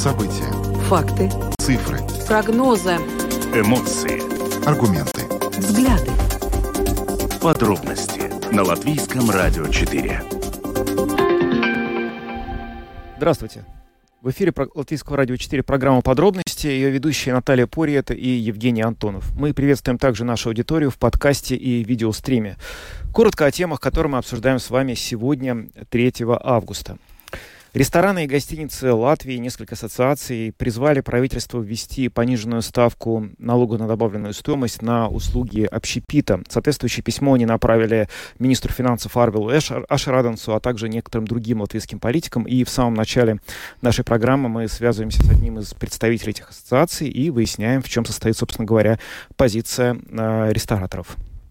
События. Факты. Цифры. Прогнозы. Эмоции. Аргументы. Взгляды. Подробности на Латвийском радио 4. Здравствуйте. В эфире Латвийского радио 4 программа «Подробности». Ее ведущие Наталья Порьета и Евгений Антонов. Мы приветствуем также нашу аудиторию в подкасте и видеостриме. Коротко о темах, которые мы обсуждаем с вами сегодня, 3 августа. Рестораны и гостиницы Латвии, несколько ассоциаций призвали правительство ввести пониженную ставку налога на добавленную стоимость на услуги общепита. Соответствующее письмо они направили министру финансов Арвилу Ашарадансу, а также некоторым другим латвийским политикам. И в самом начале нашей программы мы связываемся с одним из представителей этих ассоциаций и выясняем, в чем состоит, собственно говоря, позиция рестораторов.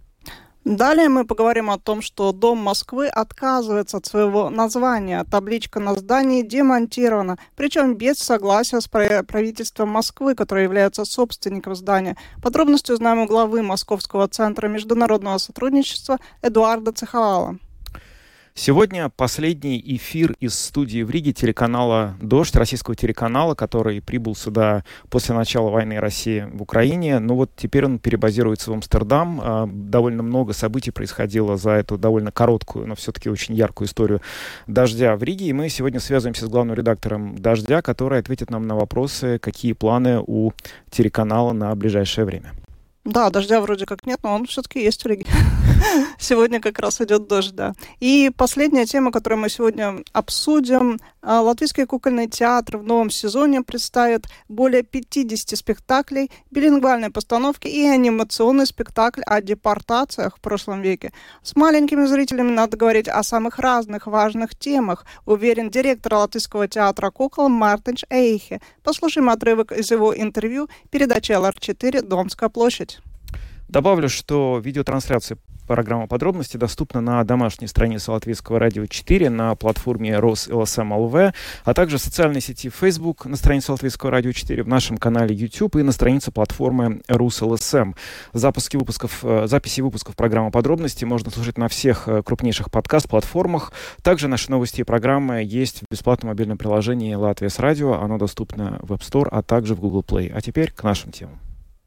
Далее мы поговорим о том, что Дом Москвы отказывается от своего названия. Табличка на здании демонтирована, причем без согласия с правительством Москвы, которое является собственником здания. Подробности узнаем у главы Московского центра международного сотрудничества Эдуарда Цеховала. Сегодня последний эфир из студии в Риге телеканала «Дождь», российского телеканала, который прибыл сюда после начала войны России в Украине. Но вот теперь он перебазируется в Амстердам. Довольно много событий происходило за эту довольно короткую, но все-таки очень яркую историю «Дождя» в Риге. И мы сегодня связываемся с главным редактором «Дождя», который ответит нам на вопросы, какие планы у телеканала на ближайшее время. Да, дождя вроде как нет, но он все-таки есть в Риге. Сегодня как раз идет дождь, да. И последняя тема, которую мы сегодня обсудим. Латвийский кукольный театр в новом сезоне представит более 50 спектаклей, билингвальные постановки и анимационный спектакль о депортациях в прошлом веке. С маленькими зрителями надо говорить о самых разных важных темах, уверен директор Латвийского театра кукол Мартинš Эйхе. Послушаем отрывок из его интервью передачи ЛР4 «Домская площадь». Добавлю, что видеотрансляция программы «Подробности» доступна на домашней странице Латвийского радио 4, на платформе RosLSM.LV, а также в социальной сети Facebook на странице Латвийского радио 4, в нашем канале YouTube и на странице платформы RusLSM. Записи выпусков программы «Подробности» можно слушать на всех крупнейших подкаст-платформах. Также наши новости и программы есть в бесплатном мобильном приложении «Латвия с радио». Оно доступно в App Store, а также в Google Play. А теперь к нашим темам.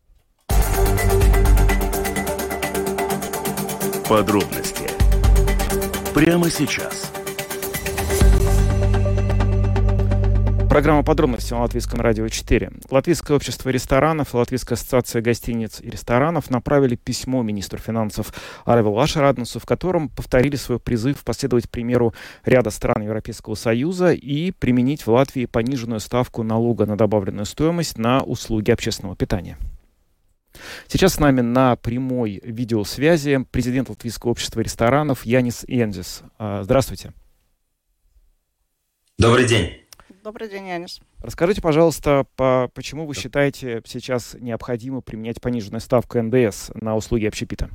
Подробности прямо сейчас. Программа «Подробности» на Латвийском радио 4. Латвийское общество ресторанов и Латвийская ассоциация гостиниц и ресторанов направили письмо министру финансов Арвилу Ашарадансу, в котором повторили свой призыв последовать примеру ряда стран Европейского Союза и применить в Латвии пониженную ставку налога на добавленную стоимость на услуги общественного питания. Сейчас с нами на прямой видеосвязи президент Латвийского общества ресторанов Янис Ендзис. Здравствуйте. Добрый день. Добрый день, Янис. Расскажите, пожалуйста, почему вы считаете сейчас необходимо применять пониженную ставку НДС на услуги общепита?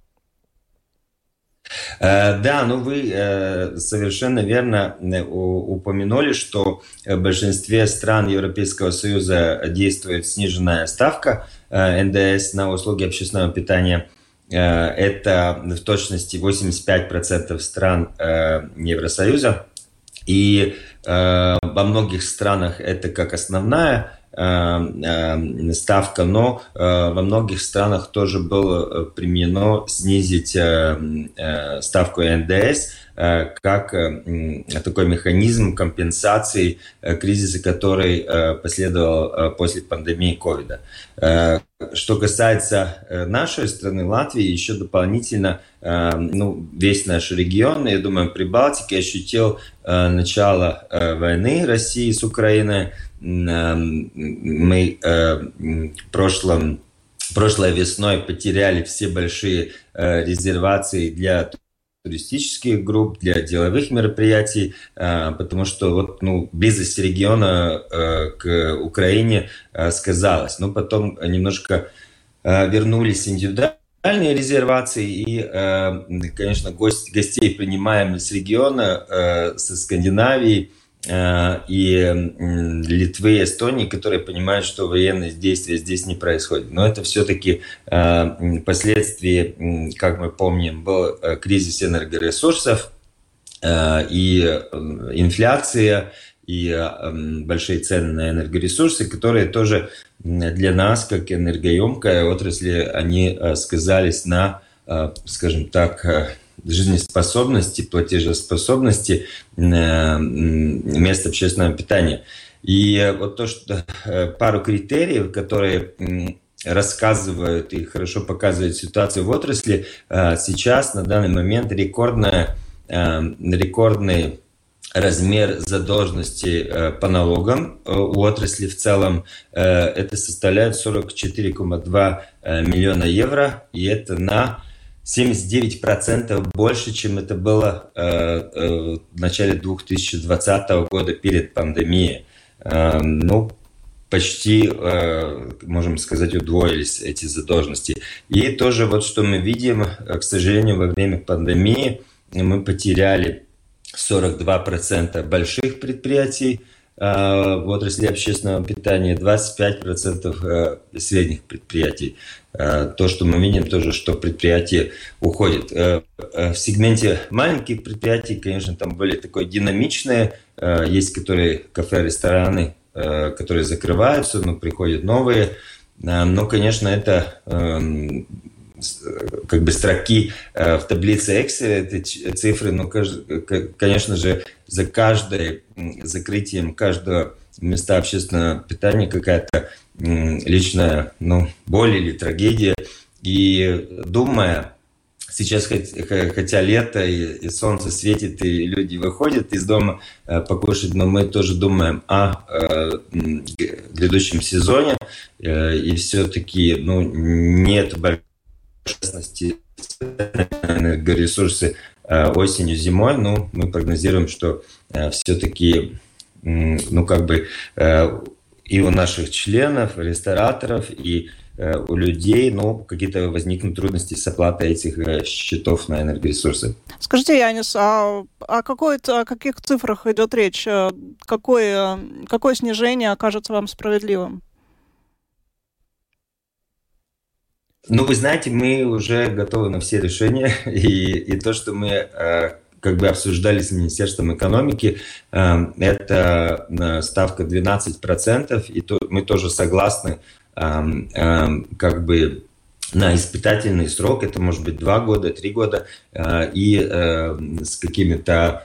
Да, вы совершенно верно упомянули, что в большинстве стран Европейского Союза действует сниженная ставка НДС на услуги общественного питания. Это в точности 85% стран Евросоюза. И во многих странах это как основная ставка, но во многих странах тоже было применено снизить ставку НДС как такой механизм компенсации кризиса, который последовал после пандемии ковида. Что касается нашей страны, Латвии, еще дополнительно весь наш регион, я думаю, Прибалтики ощутил начало войны России с Украиной. Мы прошлой весной потеряли все большие резервации для туристических групп, для деловых мероприятий, потому что близость региона к Украине сказалась. Но потом немножко вернулись индивидуальные резервации и, конечно, гостей принимаем с региона, со Скандинавии и Литвы, Эстонии, которые понимают, что военные действия здесь не происходят. Но это все-таки последствия, как мы помним, был кризис энергоресурсов и инфляция, и большие цены на энергоресурсы, которые тоже для нас, как энергоемкая отрасль, они сказались на, скажем так, жизнеспособности, платежеспособности мест общественного питания. И вот то, что пару критериев, которые рассказывают и хорошо показывают ситуацию в отрасли, сейчас на данный момент рекордный размер задолженности по налогам у отрасли в целом. Это составляет 44,2 миллиона евро, и это на 79% больше, чем это было в начале 2020 года перед пандемией. Почти, можем сказать, удвоились эти задолженности. И тоже вот что мы видим, к сожалению, во время пандемии мы потеряли 42% больших предприятий в отрасли общественного питания, 25% средних предприятий. То, что мы видим, тоже, что предприятия уходят. В сегменте маленьких предприятий, конечно, там более такое динамичное. Есть, которые кафе, рестораны, которые закрываются, но приходят новые. Но, конечно, это как бы строки в таблице Excel, это цифры, но, конечно же, за каждым закрытием каждого места общественного питания какая-то личная боль или трагедия. И думая, сейчас, хотя лето и солнце светит, и люди выходят из дома покушать, но мы тоже думаем о грядущем сезоне, и все-таки нет большой энергоресурсы осенью, зимой, но мы прогнозируем, что все-таки и у наших членов, рестораторов, и у людей, какие-то возникнут трудности с оплатой этих счетов на энергоресурсы. Скажите, Янис, о каких цифрах идет речь? Какое снижение кажется вам справедливым? Вы знаете, мы уже готовы на все решения, и то, что мы обсуждали с Министерством экономики, это ставка 12%, и мы тоже согласны на испытательный срок, это может быть 2 года, 3 года, и с какими-то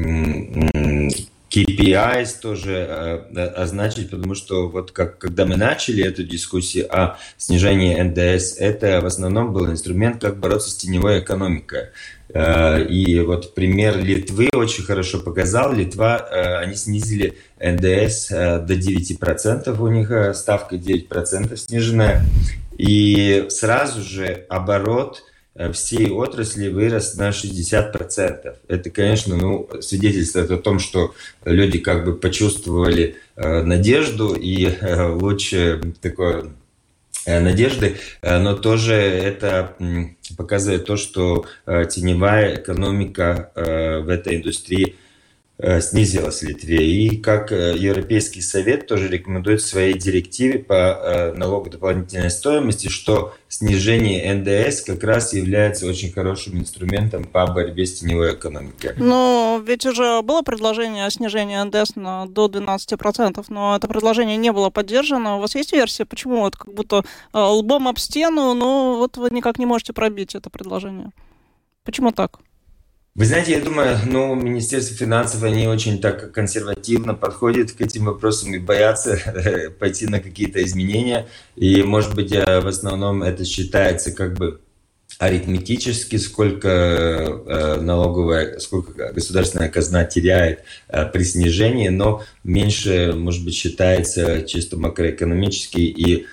KPIs тоже означить, потому что когда мы начали эту дискуссию о снижении НДС, это в основном был инструмент, как бороться с теневой экономикой. И вот пример Литвы очень хорошо показал. Литва, они снизили НДС до 9%, у них ставка 9% сниженная. И сразу же оборот всей отрасли вырос на 60%. Это, конечно, свидетельствует о том, что люди почувствовали надежду и лучше такое надежды, но тоже это показывает то, что теневая экономика в этой индустрии снизилась в Литве. И как Европейский совет тоже рекомендует в своей директиве по налогу дополнительной стоимости, что снижение НДС как раз является очень хорошим инструментом по борьбе с теневой экономикой. Но ведь уже было предложение о снижении НДС до 12%, но это предложение не было поддержано. У вас есть версия, почему как будто лбом об стену, но вы никак не можете пробить это предложение? Почему так? Вы знаете, я думаю, Министерство финансов, они очень так консервативно подходят к этим вопросам и боятся пойти на какие-то изменения. И, может быть, в основном это считается арифметически, сколько государственная казна теряет при снижении, но меньше, может быть, считается чисто макроэкономически и,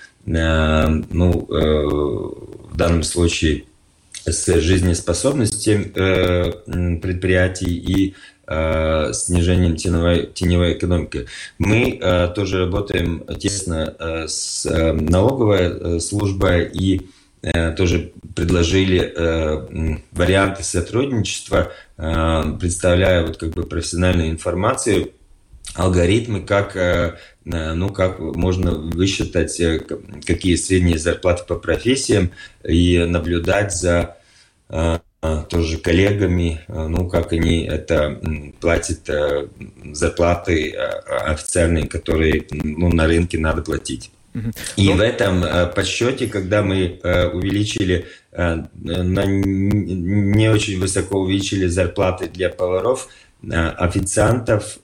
в данном случае, с жизнеспособностью предприятий и снижением теневой экономики. Мы тоже работаем тесно с налоговой службой и тоже предложили варианты сотрудничества, представляя профессиональную информацию, алгоритмы, как можно высчитать, какие средние зарплаты по профессиям и наблюдать за тоже коллегами, как они это платят зарплаты официальные, которые на рынке надо платить. И в этом подсчете, когда мы увеличили, не очень высоко увеличили зарплаты для поваров, официантов,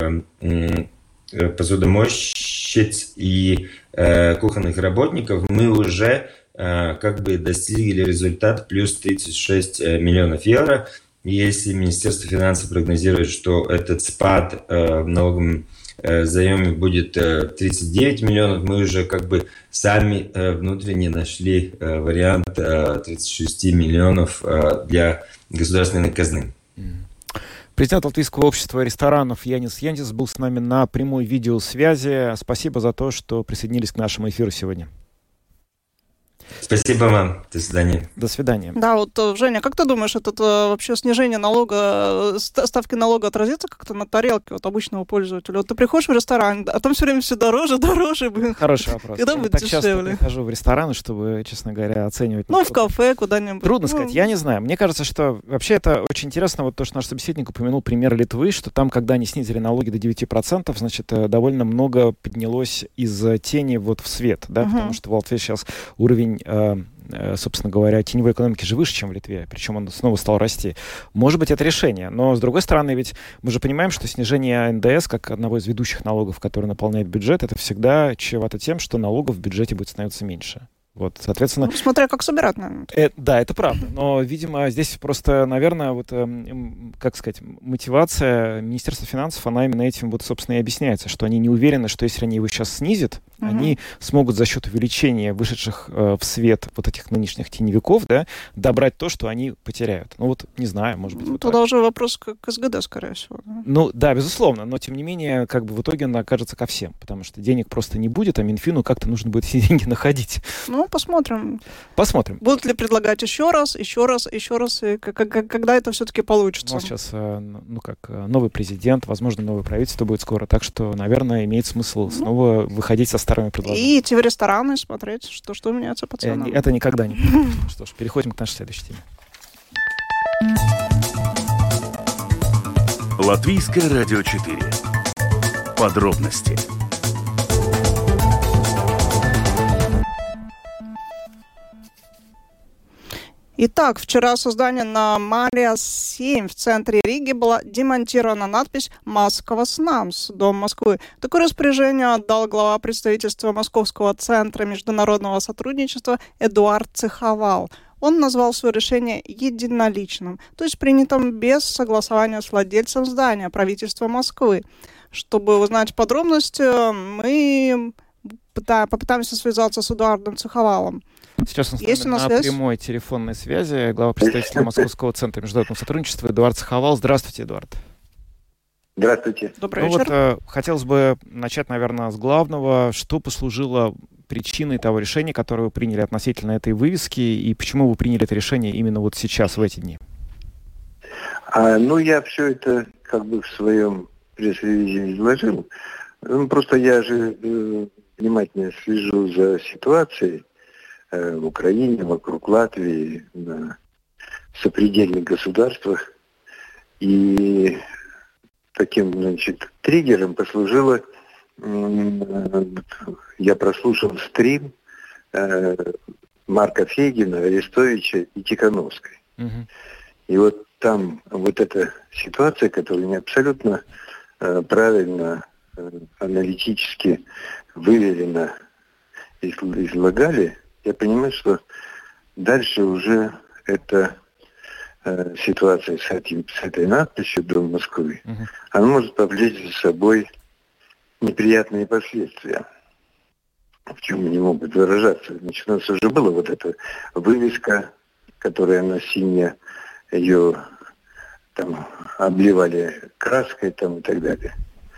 посудомойщиц и кухонных работников, мы уже достигли результат плюс 36 миллионов евро. И если Министерство финансов прогнозирует, что этот спад в налоговом заеме будет 39 миллионов, мы уже сами внутренне нашли вариант 36 миллионов для государственной казны. Президент Латвийского общества ресторанов Янис Янис был с нами на прямой видеосвязи. Спасибо за то, что присоединились к нашему эфиру сегодня. Спасибо вам. До свидания. До свидания. Да, Женя, как ты думаешь, это вообще снижение ставки налога отразится как-то на тарелке обычного пользователя? Ты приходишь в ресторан, а там все время все дороже. Хороший вопрос. Когда будет дешевле? Я часто прихожу в рестораны, чтобы, честно говоря, оценивать. В кафе куда-нибудь. Трудно сказать, я не знаю. Мне кажется, что вообще это очень интересно, то, что наш собеседник упомянул пример Литвы, что там, когда они снизили налоги до 9%, значит, довольно много поднялось из тени в свет, да, потому что в Латвии сейчас уровень, собственно говоря, теневой экономики же выше, чем в Литве, причем он снова стал расти. Может быть, это решение, но, с другой стороны, ведь мы же понимаем, что снижение НДС, как одного из ведущих налогов, который наполняет бюджет, это всегда чревато тем, что налогов в бюджете будет становиться меньше. Соответственно... Смотря как собирать, наверное. Да, это правда. Но, видимо, здесь просто, наверное, мотивация Министерства финансов, она именно этим собственно, и объясняется, что они не уверены, что если они его сейчас снизят, они смогут за счет увеличения вышедших в свет этих нынешних теневиков, да, добрать то, что они потеряют. Не знаю, может быть. Тогда уже вопрос к СГД, скорее всего. Да? Да, безусловно, но, тем не менее, в итоге она окажется ко всем, потому что денег просто не будет, а Минфину как-то нужно будет эти деньги находить. Посмотрим. Будут ли предлагать еще раз, и когда это все-таки получится. Сейчас, новый президент, возможно, новое правительство будет скоро, так что, наверное, имеет смысл снова выходить со старыми предложениями. И идти в рестораны, смотреть, что меняется по ценам. Это никогда не будет. Что ж, переходим к нашей следующей теме. Латвийское радио 4. Подробности. Итак, вчера со здания на Мария 7 в центре Риги была демонтирована надпись «Москва с намс. Дом Москвы». Такое распоряжение отдал глава представительства Московского центра международного сотрудничества Эдуард Цеховал. Он назвал свое решение единоличным, то есть принятым без согласования с владельцем здания, правительства Москвы. Чтобы узнать подробности, мы попытаемся связаться с Эдуардом Цеховалом. Сейчас он с нами на прямой телефонной связи, глава представительства Московского центра международного сотрудничества Эдуард Цеховал. Здравствуйте, Эдуард. Здравствуйте. Добрый вечер. Хотелось бы начать, наверное, с главного. Что послужило причиной того решения, которое вы приняли относительно этой вывески, и почему вы приняли это решение именно сейчас, в эти дни? Я все это в своем пресс-релизе изложил. Просто я же внимательно слежу за ситуацией в Украине, вокруг Латвии, на сопредельных государствах. И таким, триггером послужило, я прослушал стрим Марка Фейгина, Арестовича и Тихановской. И там эта ситуация, которую они абсолютно правильно, аналитически, выверенно излагали, я понимаю, что дальше уже эта ситуация с этой надписью «Дом Москвы», она может повлечь за собой неприятные последствия, в чем они могут выражаться. У нас уже была эта вывеска, которая она синяя, ее обливали краской и так далее.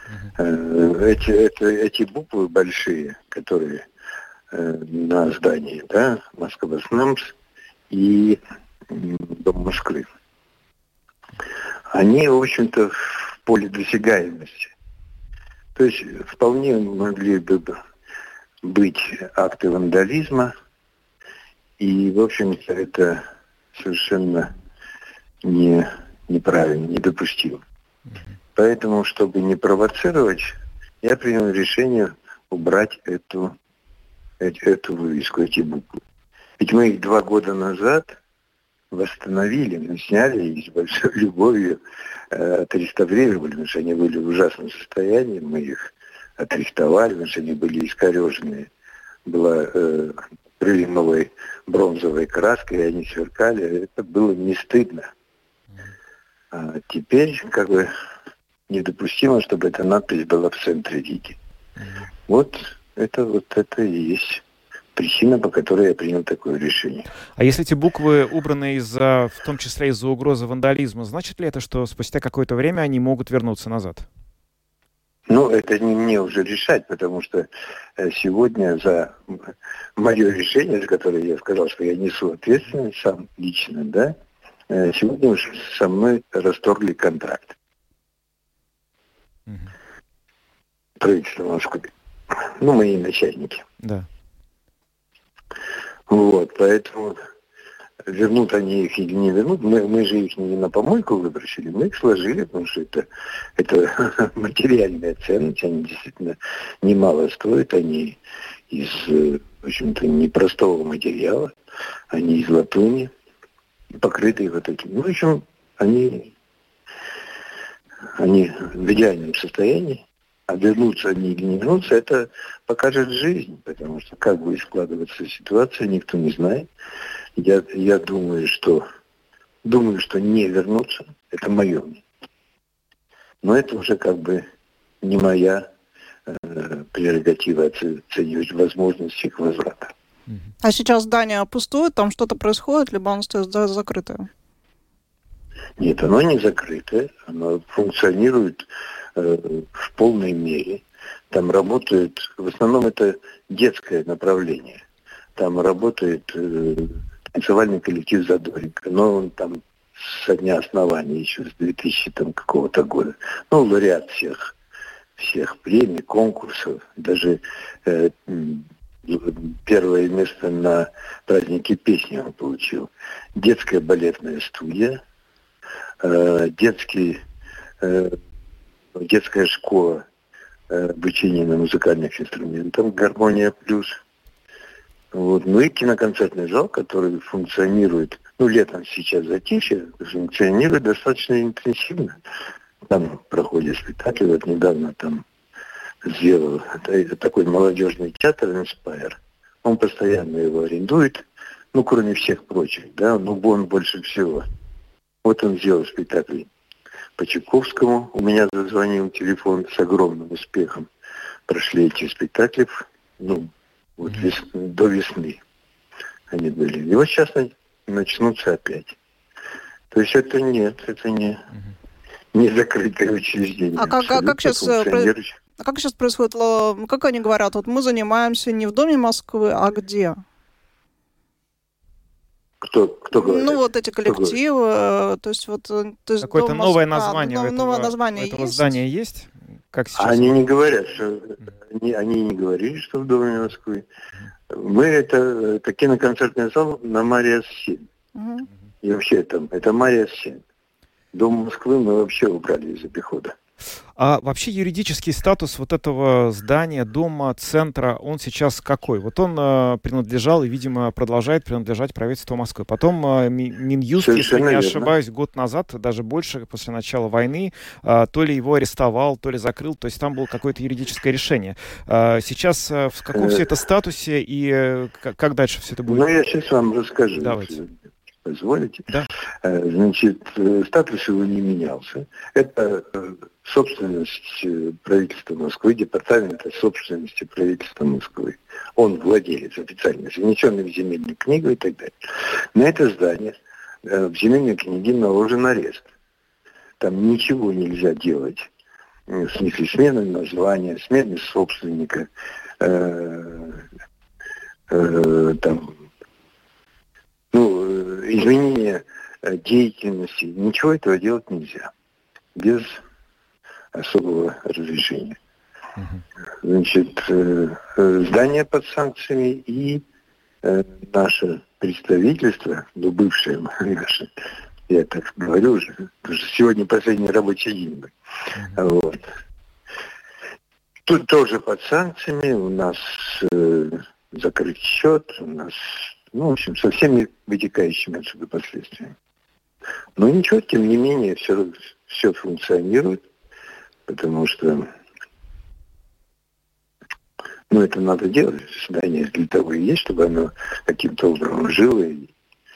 Эти буквы большие, которые на здании, Москва с намс и Дом Москвы, они, в общем-то, в поле досягаемости. То есть вполне могли бы быть акты вандализма, и, в общем-то, это совершенно неправильно, недопустимо. Поэтому, чтобы не провоцировать, я принял решение убрать эту вывеску, эти буквы. Ведь мы их 2 года назад восстановили, мы сняли и с большой любовью отреставрировали, потому что они были в ужасном состоянии, мы их отрихтовали, потому что они были искореженные. Была крылья новой бронзовой краской, и они сверкали. Это было не стыдно. А теперь как бы недопустимо, чтобы эта надпись была в центре Риги. Вот это и есть причина, по которой я принял такое решение. А если эти буквы убраны в том числе из-за угрозы вандализма, значит ли это, что спустя какое-то время они могут вернуться назад? Ну, это не мне уже решать, потому что сегодня за мое решение, за которое я сказал, что я несу ответственность сам лично, да, сегодня уже со мной расторгли контракт. Правительство Москвы. Ну, мои начальники. Да. Вот, поэтому вернут они их или не вернут, мы же их не на помойку выбросили, мы их сложили, потому что это материальная ценность, они действительно немало стоят, они из, в общем-то, непростого материала, они из латуни, покрытые вот этим. Ну, в общем, они в идеальном состоянии. А вернутся они или не вернутся, это покажет жизнь, потому что как будет складываться ситуация, никто не знает. Я думаю, что не вернутся. Это мое мнение. Но это уже как бы не моя прерогатива оценивать возможность их возврата. А сейчас здание пустует, там что-то происходит, либо оно стоит закрытое? Нет, оно не закрытое, оно функционирует в полной мере. Там работает, в основном это детское направление. Там работает танцевальный коллектив «Задоринка», но он там со дня основания, еще с 2000 какого-то года. Ну, лауреат всех премий, конкурсов, даже первое место на празднике песни он получил. Детская балетная студия, детская школа обучения на музыкальных инструментах «Гармония плюс». Вот. Ну и киноконцертный зал, который функционирует, летом сейчас затишье, функционирует достаточно интенсивно. Там проходят спектакли. Вот недавно там сделал такой молодежный театр «Инспайр». Он постоянно его арендует, кроме всех прочих, да, он больше всего. Вот он сделал спектакль по Чайковскому. У меня зазвонил телефон с огромным успехом. Прошли эти спектакли, до весны они были. И вот сейчас они начнутся опять. То есть это не закрытое учреждение. А как сейчас происходит? Как они говорят, вот мы занимаемся не в Доме Москвы, а где? Кто говорит? Вот эти коллективы, то есть какое-то новое название этого есть? Здания есть? Как сейчас? Они не говорят, что они не говорили, что в Доме Москвы. Мы это киноконцертный зал на Мария-7. И вообще это Мария-7. Дом Москвы мы вообще убрали из обихода. А вообще юридический статус вот этого здания, дома, центра, он сейчас какой? Вот он принадлежал и, видимо, продолжает принадлежать правительству Москвы. Потом Минюст, совершенно если не верно. ошибаюсь, год назад, даже больше, после начала войны, то ли его арестовал, то ли закрыл. То есть там было какое-то юридическое решение. Сейчас в каком все это статусе и как дальше все это будет? Я сейчас вам расскажу. Давайте. Позволите? Да. Значит, статус его не менялся. Это собственность правительства Москвы, департамента собственности правительства Москвы. Он владелец официально, занесенный в земельную книгу и так далее. На это здание в земельной книге наложен арест. Там ничего нельзя делать. В смысле смены названия, смены собственника, изменение деятельности. Ничего этого делать нельзя. Без особого разрешения. Значит, здание под санкциями и наше представительство, бывшее наше, Я так говорю уже, потому что сегодня последний рабочий день был. Вот. Тут тоже под санкциями, у нас закрыт счет, у нас, в общем, со всеми вытекающими отсюда последствиями. Но ничего, тем не менее, все функционирует, потому что это надо делать. Здание для того и есть, чтобы оно каким-то образом жило и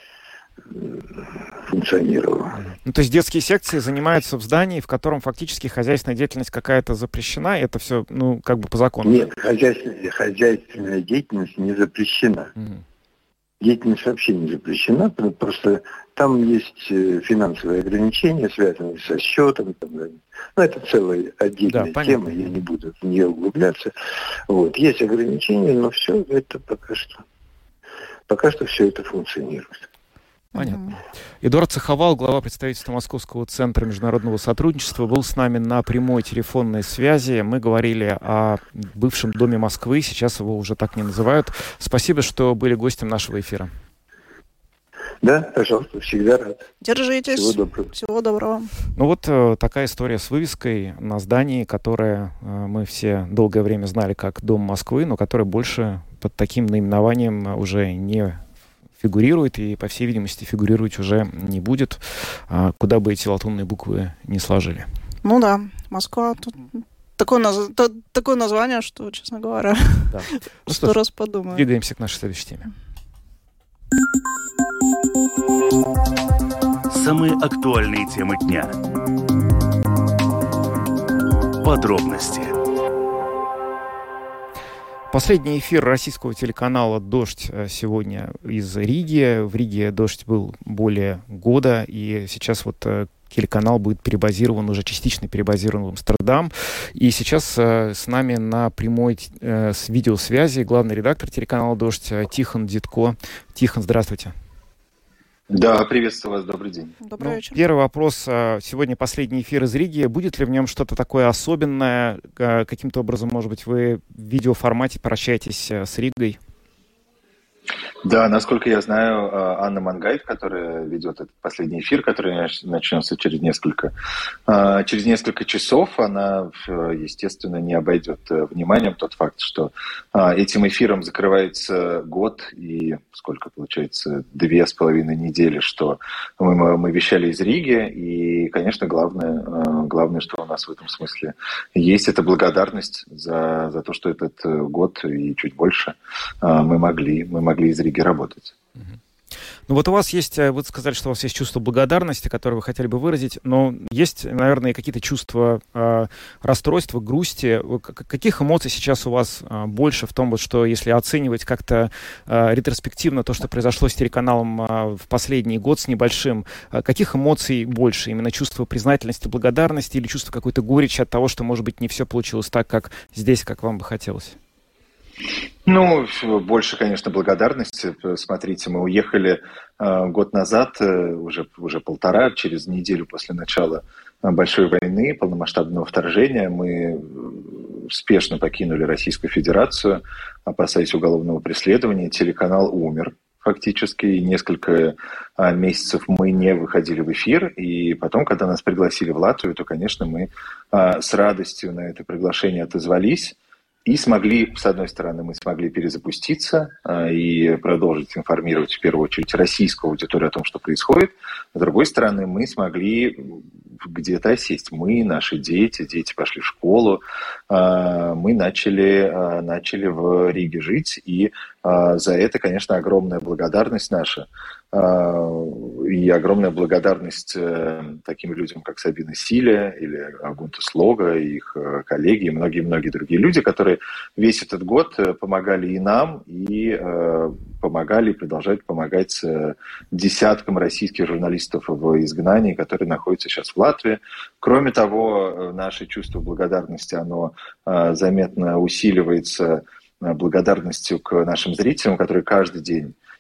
функционировало. То есть детские секции занимаются в здании, в котором фактически хозяйственная деятельность какая-то запрещена, и это все, как бы по закону? Нет, хозяйственная деятельность не запрещена. Деятельность вообще не запрещена, просто там есть финансовые ограничения, связанные со счетом. Это целая отдельная тема, я не буду в нее углубляться. Вот. Есть ограничения, но все это пока что все это функционирует. Понятно. Эдуард Цеховал, глава представительства Московского центра международного сотрудничества, был с нами на прямой телефонной связи. Мы говорили о бывшем Доме Москвы, сейчас его уже так не называют. Спасибо, что были гостем нашего эфира. Да, пожалуйста, всегда рад. Держитесь. Всего доброго. Всего доброго. Такая история с вывеской на здании, которое мы все долгое время знали как Дом Москвы, но которое больше под таким наименованием уже не фигурирует и, по всей видимости, фигурировать уже не будет, куда бы эти латунные буквы не сложили. Москва тут такое название, что, честно говоря, да. сто раз подумаю. Двигаемся к нашей следующей теме. Самые актуальные темы дня. Подробности. Последний эфир российского телеканала «Дождь» сегодня из Риги. В Риге «Дождь» был более года, и сейчас телеканал будет перебазирован, уже частично перебазирован в Амстердам. И сейчас с нами на прямой с видеосвязи главный редактор телеканала «Дождь» Тихон Дедко. Тихон, здравствуйте. Да, приветствую вас, добрый день. Добрый вечер. Первый вопрос. Сегодня последний эфир из Риги. Будет ли в нем что-то такое особенное? Каким-то образом, может быть, вы в видеоформате прощаетесь с Ригой? Да, насколько я знаю, Анна Мангайт, которая ведет этот последний эфир, который начнется через несколько часов, она, естественно, не обойдет вниманием тот факт, что этим эфиром закрывается год и, сколько получается, 2,5 недели, что мы вещали из Риги, и, конечно, главное, что у нас в этом смысле есть, это благодарность за то, что этот год и чуть больше мы могли из Риги работать. У вас есть, вы сказали, что у вас есть чувство благодарности, которое вы хотели бы выразить, но есть, наверное, какие-то чувства расстройства, грусти. Каких эмоций сейчас у вас больше в том, что если оценивать как-то ретроспективно то, что произошло с телеканалом в последний год с небольшим, каких эмоций больше? Именно чувство признательности, благодарности или чувство какой-то горечи от того, что, может быть, не все получилось так, как здесь, как вам бы хотелось? Больше, конечно, благодарности. Смотрите, мы уехали год назад, уже полтора, через неделю после начала большой войны, полномасштабного вторжения. Мы спешно покинули Российскую Федерацию, опасаясь уголовного преследования. Телеканал умер фактически, и несколько месяцев мы не выходили в эфир. И потом, когда нас пригласили в Латвию, то, конечно, мы с радостью на это приглашение отозвались. И смогли, с одной стороны, мы смогли перезапуститься и продолжить информировать в первую очередь российскую аудиторию о том, что происходит. С другой стороны, мы смогли где-то осесть. Мы, наши дети пошли в школу, мы начали в Риге жить. И за это, конечно, огромная благодарность наша. И огромная благодарность таким людям, как Сабина Силя или Агунта Слога, и их коллеги, и многие-многие другие люди, которые весь этот год помогали и нам, и помогали, и продолжают помогать десяткам российских журналистов в изгнании, которые находятся сейчас в Латвии. Кроме того, наше чувство благодарности, оно заметно усиливается благодарностью к нашим зрителям, которые каждый день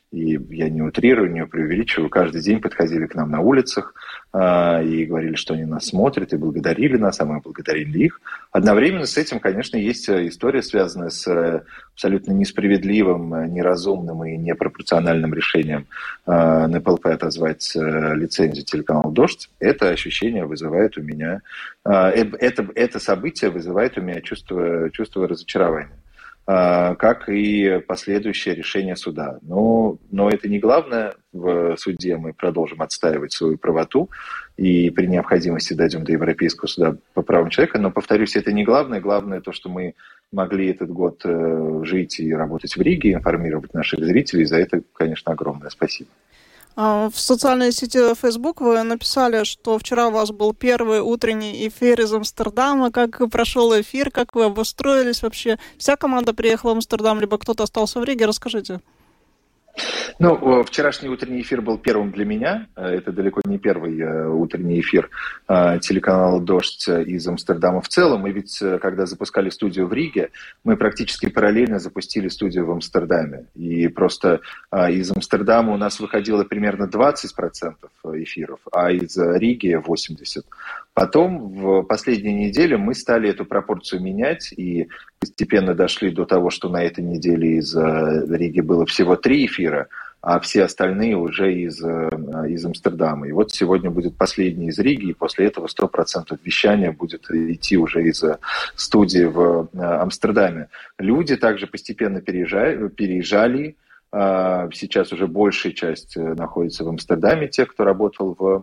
и я не утрирую, не преувеличиваю, каждый день подходили к нам на улицах и говорили, что они нас смотрят, и благодарили нас, а мы благодарили их. Одновременно с этим, конечно, есть история, связанная с абсолютно несправедливым, неразумным и непропорциональным решением НПЛП отозвать лицензию телеканалу «Дождь». Это ощущение вызывает у меня, это событие вызывает у меня чувство разочарования, как и последующее решение суда. Но это не главное. В суде мы продолжим отстаивать свою правоту и при необходимости дойдем до Европейского суда по правам человека. Но, повторюсь, это не главное. Главное то, что мы могли этот год жить и работать в Риге, информировать наших зрителей. За это, конечно, огромное спасибо. В социальной сети Facebook вы написали, что вчера у вас был первый утренний эфир из Амстердама. Как прошел эфир, как вы обустроились вообще? Вся команда приехала в Амстердам, либо кто-то остался в Риге? Расскажите. Вчерашний утренний эфир был первым для меня. Это далеко не первый утренний эфир телеканала «Дождь» из Амстердама в целом. И ведь, когда запускали студию в Риге, мы практически параллельно запустили студию в Амстердаме. И просто из Амстердама у нас выходило примерно 20% эфиров, а из Риги 80%. Потом, в последние недели, мы стали эту пропорцию менять и постепенно дошли до того, что на этой неделе из Риги было всего 3 эфира, а все остальные уже из Амстердама. И вот сегодня будет последний из Риги, и после этого 100% вещания будет идти уже из студии в Амстердаме. Люди также постепенно переезжали. Сейчас уже большая часть находится в Амстердаме, те, кто работал в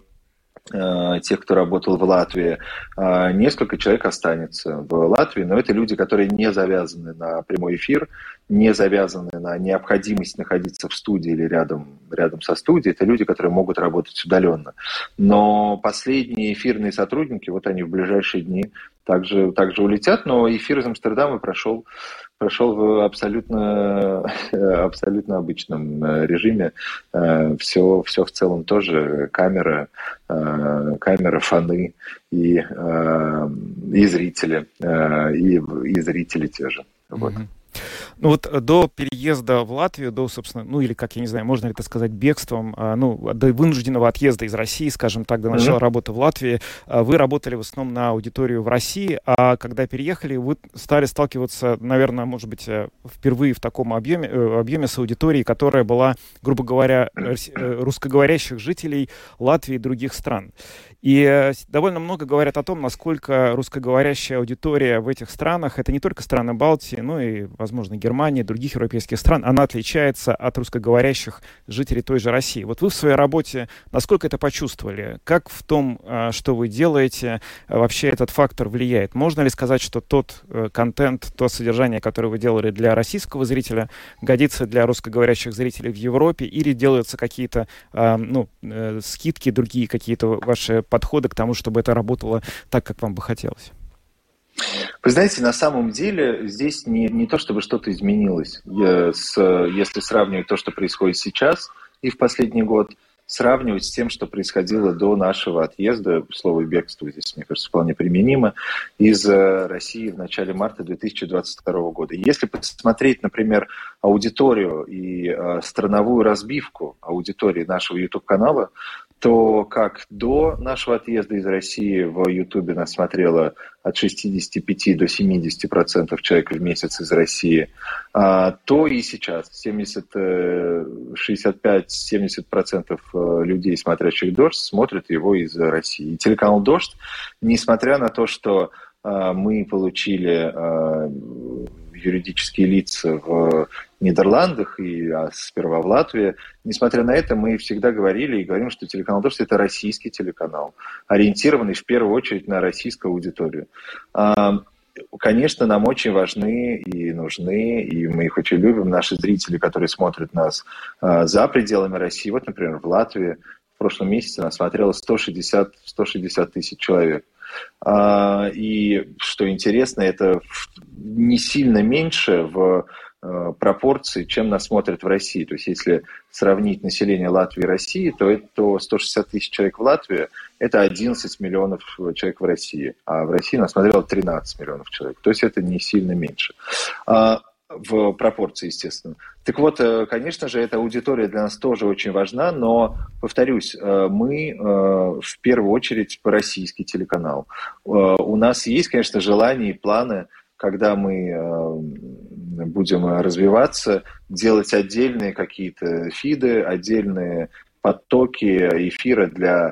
Латвии. Несколько человек останется в Латвии, но это люди, которые не завязаны на прямой эфир, не завязаны на необходимость находиться в студии или рядом со студией. Это люди, которые могут работать удаленно. Но последние эфирные сотрудники, вот они в ближайшие дни также улетят, но эфир из Амстердама прошел в абсолютно обычном режиме. Все в целом тоже камера, фоны и зрители, и зрители те же. Вот. До переезда в Латвию, собственно, или, как я не знаю, можно ли это сказать, бегством, до вынужденного отъезда из России, скажем так, до начала работы в Латвии, вы работали в основном на аудиторию в России, а когда переехали, вы стали сталкиваться, наверное, может быть, впервые в таком объеме с аудиторией, которая была, грубо говоря, русскоговорящих жителей Латвии и других стран. И довольно много говорят о том, насколько русскоговорящая аудитория в этих странах, это не только страны Балтии, но и, возможно, Германии, других европейских стран, она отличается от русскоговорящих жителей той же России. Вот вы в своей работе насколько это почувствовали? Как в том, что вы делаете, вообще этот фактор влияет? Можно ли сказать, что тот контент, то содержание, которое вы делали для российского зрителя, годится для русскоговорящих зрителей в Европе, или делаются какие-то скидки, другие какие-то ваши подходы к тому, чтобы это работало так, как вам бы хотелось? Вы знаете, на самом деле здесь не то, чтобы что-то изменилось. Если сравнивать то, что происходит сейчас и в последний год, сравнивать с тем, что происходило до нашего отъезда, слово «бегство» здесь, мне кажется, вполне применимо, из России в начале марта 2022 года. Если посмотреть, например, аудиторию и страновую разбивку аудитории нашего YouTube-канала, то как до нашего отъезда из России в Ютубе нас смотрело от 65 до 70% человек в месяц из России, то и сейчас 65-70% людей, смотрящих «Дождь», смотрят его из России. И телеканал «Дождь», несмотря на то, что мы получили юридические лица в Нидерландах и сперва в Латвии. Несмотря на это, мы всегда говорили и говорим, что телеканал «Дождь» — это российский телеканал, ориентированный в первую очередь на российскую аудиторию. Конечно, нам очень важны и нужны, и мы их очень любим, наши зрители, которые смотрят нас за пределами России. Вот, например, в Латвии в прошлом месяце нас смотрело 160 тысяч человек. И, что интересно, это не сильно меньше в пропорции, чем нас смотрят в России. То есть, если сравнить население Латвии и России, то 160 тысяч человек в Латвии – это 11 миллионов человек в России. А в России нас смотрело 13 миллионов человек. То есть, это не сильно меньше. в пропорции, естественно. Так вот, конечно же, эта аудитория для нас тоже очень важна, но, повторюсь, мы в первую очередь российский телеканал. У нас есть, конечно, желание и планы, когда мы будем развиваться, делать отдельные какие-то фиды, отдельные потоки эфира для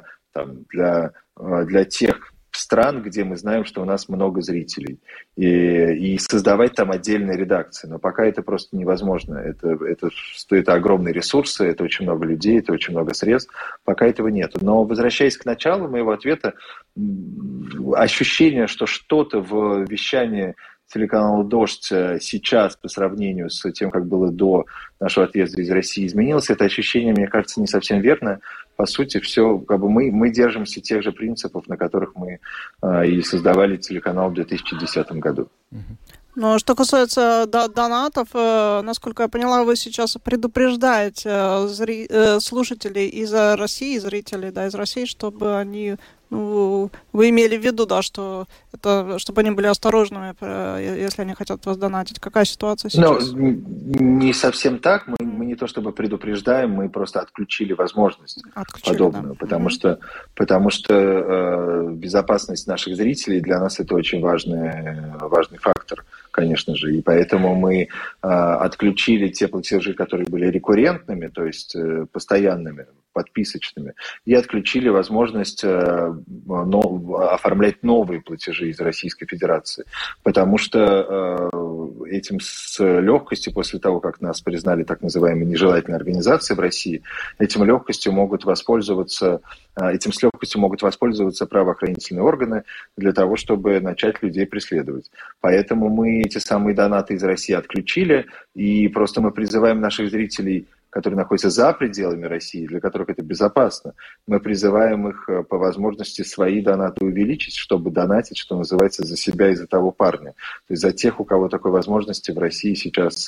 тех стран, где мы знаем, что у нас много зрителей, и создавать там отдельные редакции. Но пока это просто невозможно. Это стоит огромные ресурсы, это очень много людей, это очень много средств. Пока этого нет. Но возвращаясь к началу моего ответа, ощущение, что что-то в вещании телеканала «Дождь» сейчас по сравнению с тем, как было до нашего отъезда из России, изменилось, это ощущение, мне кажется, не совсем верно. По сути, все, мы держимся тех же принципов, на которых мы и создавали телеканал в 2010 году. Но что касается донатов, насколько я поняла, вы сейчас предупреждаете слушателей из России, зрителей из России, чтобы они, вы имели в виду, что чтобы они были осторожными, если они хотят вас донатить. Какая ситуация сейчас? Не совсем так. Мы не то чтобы предупреждаем, мы просто отключили возможность подобную, да. потому что безопасность наших зрителей для нас это очень важный фактор, конечно же, и поэтому мы отключили те платежи, которые были рекуррентными, то есть постоянными, подписочными, и отключили возможность оформлять новые платежи из Российской Федерации, потому что этим с легкостью, после того, как нас признали так называемые нежелательные организации в России, этим с легкостью могут воспользоваться правоохранительные органы для того, чтобы начать людей преследовать. Поэтому мы эти самые донаты из России отключили, и просто мы призываем наших зрителей, которые находятся за пределами России, для которых это безопасно, мы призываем их по возможности свои донаты увеличить, чтобы донатить, что называется, за себя и за того парня. То есть за тех, у кого такой возможности в России сейчас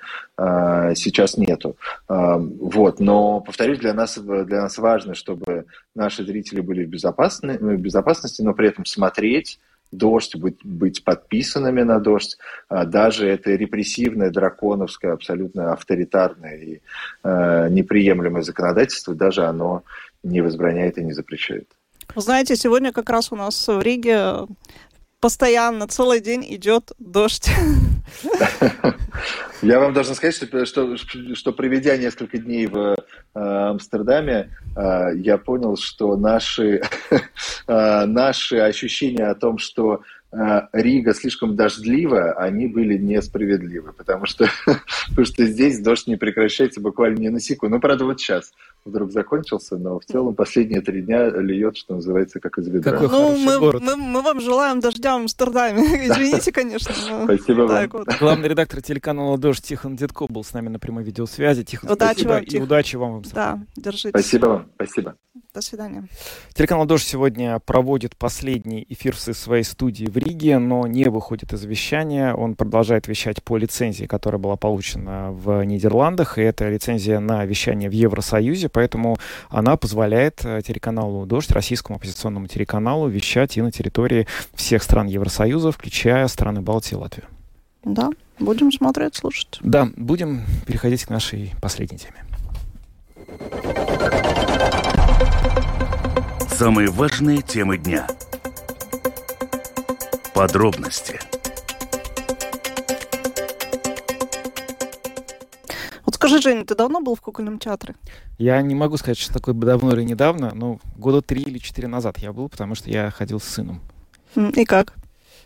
нету. Но, повторюсь, для нас важно, чтобы наши зрители были в безопасности, но при этом смотреть «Дождь», быть подписанными на «Дождь», даже это репрессивное, драконовское, абсолютно авторитарное и неприемлемое законодательство, даже оно не возбраняет и не запрещает. Вы знаете, сегодня как раз у нас в Риге постоянно, целый день идет дождь. Я вам должен сказать, что проведя несколько дней в Амстердаме, я понял, что наши ощущения о том, что Рига слишком дождливая, они были несправедливы, потому что здесь дождь не прекращается буквально ни на секунду. Правда, вот сейчас вдруг закончился, но в целом последние 3 дня льет, что называется, как из ведра. Мы вам желаем дождя в Амстердаме. Извините, конечно. Спасибо вам. Главный редактор телеканала «Дождь» Тихон Дедко был с нами на прямой видеосвязи. Тихон, спасибо и удачи вам. Да, держитесь. Спасибо вам. Спасибо. До свидания. Телеканал «Дождь» сегодня проводит последний эфир в своей студии в Риге, но не выходит из вещания. Он продолжает вещать по лицензии, которая была получена в Нидерландах, и это лицензия на вещание в Евросоюзе, поэтому она позволяет телеканалу «Дождь», российскому оппозиционному телеканалу, вещать и на территории всех стран Евросоюза, включая страны Балтии и Латвию. Да, будем смотреть, слушать. Да, будем переходить к нашей последней теме. Самые важные темы дня. Подробности. Вот скажи, Женя, ты давно был в кукольном театре? Я не могу сказать, что такое давно или недавно, но года 3 или 4 назад я был, потому что я ходил с сыном. И как?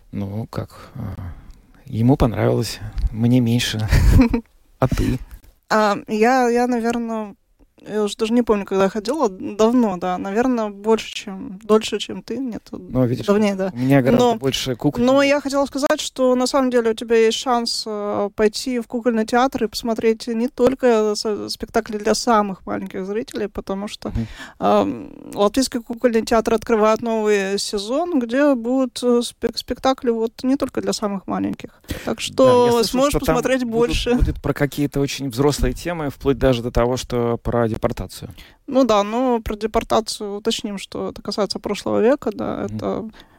Ему понравилось, мне меньше. А ты? Я, наверное, я уже даже не помню, когда я ходила, давно, да, наверное, дольше, чем ты, нет, видишь, давнее, да. У меня гораздо больше кукол. Но я хотела сказать, что на самом деле у тебя есть шанс пойти в кукольный театр и посмотреть не только спектакли для самых маленьких зрителей, потому что Латвийский кукольный театр открывает новый сезон, где будут спектакли не только для самых маленьких. Так что сможешь посмотреть больше. Будет про какие-то очень взрослые темы, вплоть даже до того, что про депортацию. Про депортацию уточним, что это касается прошлого века, да, это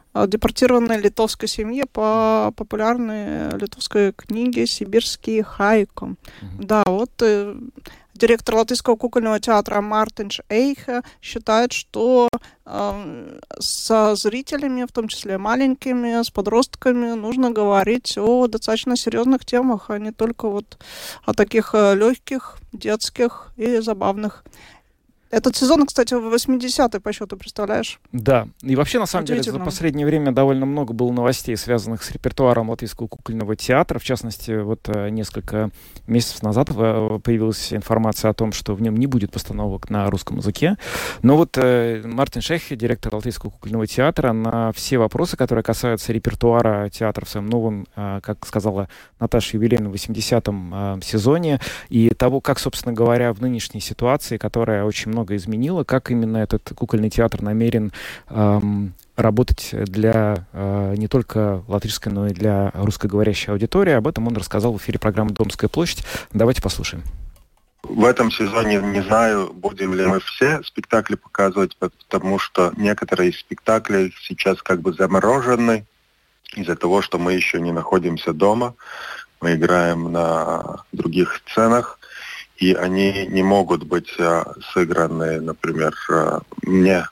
депортированной литовской семье по популярной литовской книге «Сибирские хайку». Да, вот директор Латвийского кукольного театра Мартинш Эйха считает, что со зрителями, в том числе маленькими, с подростками, нужно говорить о достаточно серьезных темах, а не только вот о таких легких, детских и забавных. Этот сезон, кстати, 80-й по счету, представляешь? Да. И вообще, на самом деле, за последнее время довольно много было новостей, связанных с репертуаром Латвийского кукольного театра. В частности, вот несколько месяцев назад появилась информация о том, что в нем не будет постановок на русском языке. Но вот Мартин Шехи, директор Латвийского кукольного театра, на все вопросы, которые касаются репертуара театра в своем новом, как сказала Наташа Юбилейна, 80-м сезоне, и того, как, собственно говоря, в нынешней ситуации, которая очень много изменила, как именно этот кукольный театр намерен работать для не только латышской, но и для русскоговорящей аудитории. Об этом он рассказал в эфире программы «Домская площадь». Давайте послушаем. В этом сезоне не знаю, будем ли мы все спектакли показывать, потому что некоторые из спектаклей сейчас как бы заморожены из-за того, что мы еще не находимся дома. Мы играем на других сценах, и они не могут быть сыграны, например, не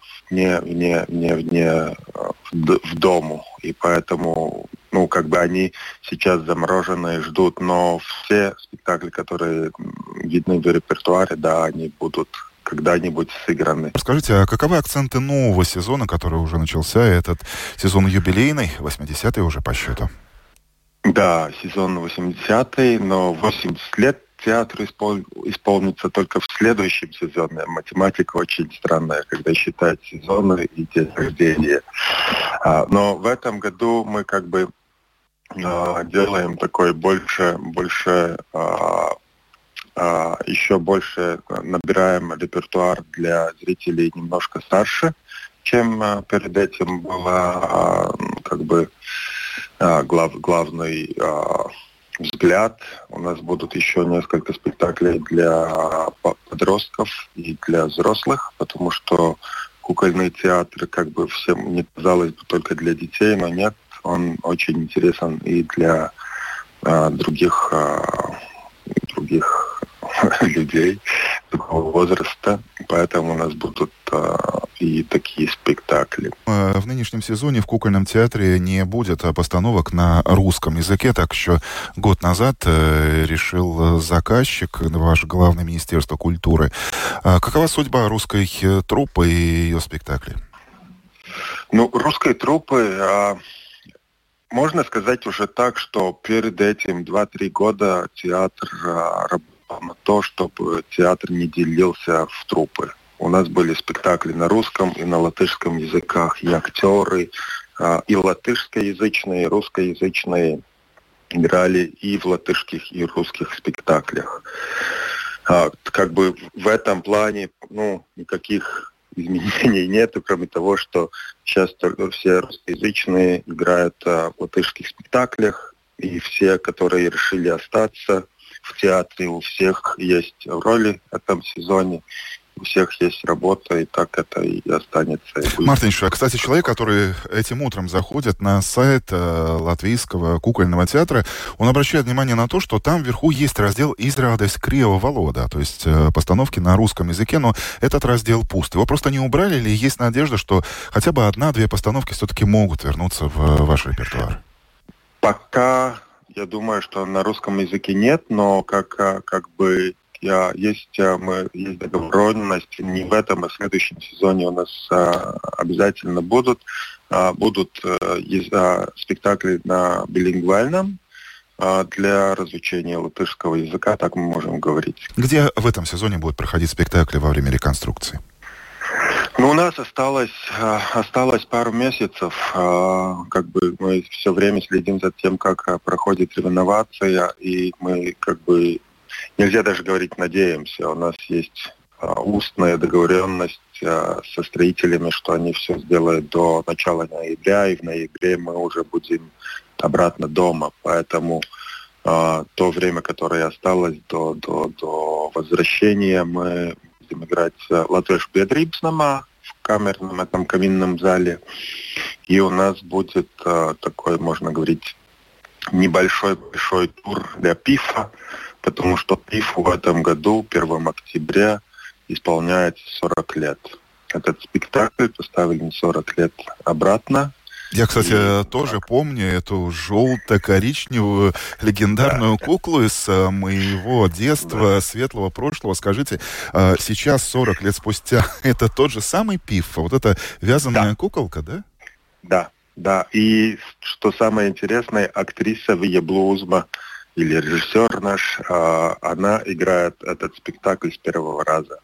в дому. И поэтому, как бы они сейчас заморожены и ждут. Но все спектакли, которые видны в репертуаре, да, они будут когда-нибудь сыграны. Расскажите, а каковы акценты нового сезона, который уже начался? Этот сезон юбилейный, 80-й уже по счету. Да, сезон 80-й, но 80 лет театру исполнится только в следующем сезоне. Математика очень странная, когда считать сезоны и день рождения. Но в этом году мы как бы делаем такой еще больше набираем репертуар для зрителей немножко старше, чем перед этим была как бы главный взгляд. У нас будут еще несколько спектаклей для подростков и для взрослых, потому что кукольный театр как бы всем не казалось бы только для детей, но нет, он очень интересен и для других людей такого возраста, поэтому у нас будут и такие спектакли. В нынешнем сезоне в кукольном театре не будет постановок на русском языке, так что год назад решил заказчик, ваше главное Министерство культуры. Какова судьба русской труппы и ее спектаклей? Русской труппы, можно сказать уже так, что перед этим 2-3 года театр работал на то, чтобы театр не делился в труппы. У нас были спектакли на русском и на латышском языках, и актеры, и латышскоязычные, и русскоязычные играли и в латышских, и русских спектаклях. Как бы в этом плане, никаких изменений нету, кроме того, что сейчас все русскоязычные играют в латышских спектаклях, и все, которые решили остаться в театре, у всех есть роли в этом сезоне, у всех есть работа, и так это и останется. Мартин, кстати, человек, который этим утром заходит на сайт Латвийского кукольного театра, он обращает внимание на то, что там вверху есть раздел «Изрādēs Krieva valodā», то есть постановки на русском языке, но этот раздел пуст. Его просто не убрали, или есть надежда, что хотя бы 1-2 постановки все-таки могут вернуться в ваш репертуар? Пока я думаю, что на русском языке нет, но как бы есть договоренность, не в этом, а в следующем сезоне у нас обязательно будут спектакли на билингвальном для разучения латышского языка, так мы можем говорить. Где в этом сезоне будут проходить спектакли во время реконструкции? У нас осталось пару месяцев. Как бы мы все время следим за тем, как проходит реновация, и мы как бы нельзя даже говорить «надеемся». У нас есть устная договоренность со строителями, что они все сделают до начала ноября, и в ноябре мы уже будем обратно дома. Поэтому то время, которое осталось до возвращения, мы будем играть «Латвiešu biedrības namā», в камерном этом каминном зале. И у нас будет такой, можно говорить, небольшой большой тур для ПИФа, потому что ПИФу в этом году, 1 октября, исполняется 40 лет. Этот спектакль поставили 40 лет обратно. Я, кстати, тоже помню эту желто-коричневую легендарную куклу из моего детства, светлого прошлого. Скажите, сейчас, 40 лет спустя, это тот же самый ПИФ? Вот эта вязаная куколка, да? Да. И что самое интересное, актриса Вия Блузма, или режиссер наш, она играет этот спектакль с первого раза.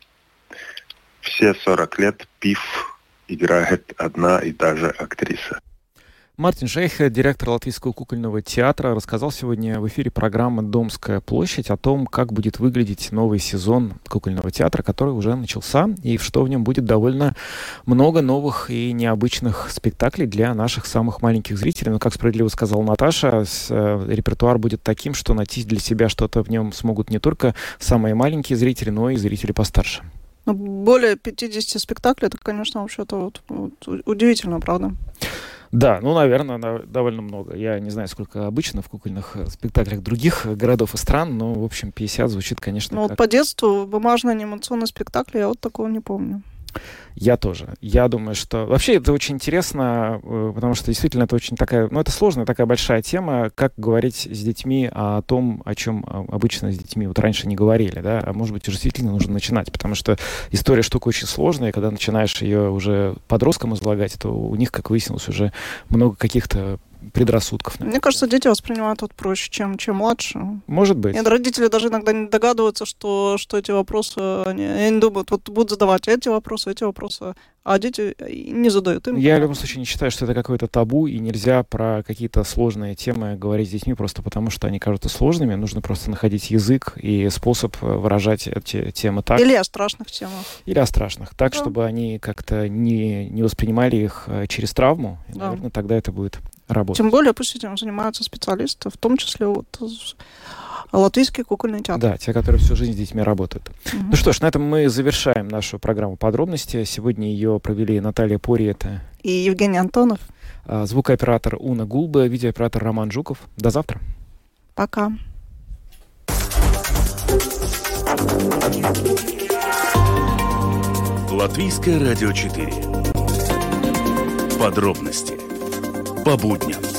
Все 40 лет ПИФ играет одна и та же актриса. Мартин Шейх, директор Латвийского кукольного театра, рассказал сегодня в эфире программы «Домская площадь» о том, как будет выглядеть новый сезон кукольного театра, который уже начался, и что в нем будет довольно много новых и необычных спектаклей для наших самых маленьких зрителей. Но, как справедливо сказала Наташа, репертуар будет таким, что найти для себя что-то в нем смогут не только самые маленькие зрители, но и зрители постарше. Более 50 спектаклей, это, конечно, вообще-то удивительно, правда? Да, наверное, довольно много. Я не знаю, сколько обычно в кукольных спектаклях других городов и стран, но, в общем, 50 звучит, конечно, как... по детству бумажные анимационные спектакли я такого не помню. Я тоже. Я думаю, что... Вообще это очень интересно, потому что действительно это очень такая... это сложная такая большая тема, как говорить с детьми о том, о чем обычно с детьми раньше не говорили, да, а может быть, действительно нужно начинать, потому что история штука очень сложная, и когда начинаешь ее уже подросткам излагать, то у них, как выяснилось, уже много каких-то предрассудков. Наверное. Мне кажется, дети воспринимают это проще, чем младше. Может быть. И родители даже иногда не догадываются, что эти вопросы, они думают, будут задавать эти вопросы, а дети не задают им. Я в любом случае не считаю, что это какое-то табу, и нельзя про какие-то сложные темы говорить с детьми просто потому, что они кажутся сложными. Нужно просто находить язык и способ выражать эти темы так. Или о страшных темах. Или о страшных. Так, чтобы они как-то не воспринимали их через травму. И, наверное, тогда это будет работать. Тем более, пусть этим занимаются специалисты, в том числе Латвийский кукольный театр. Да, те, которые всю жизнь с детьми работают. Ну что ж, на этом мы завершаем нашу программу «Подробности». Сегодня ее провели Наталья Пориета и Евгений Антонов. Звукооператор Уна Гулба, видеооператор Роман Жуков. До завтра. Пока. Латвийское радио 4. Подробности по будням.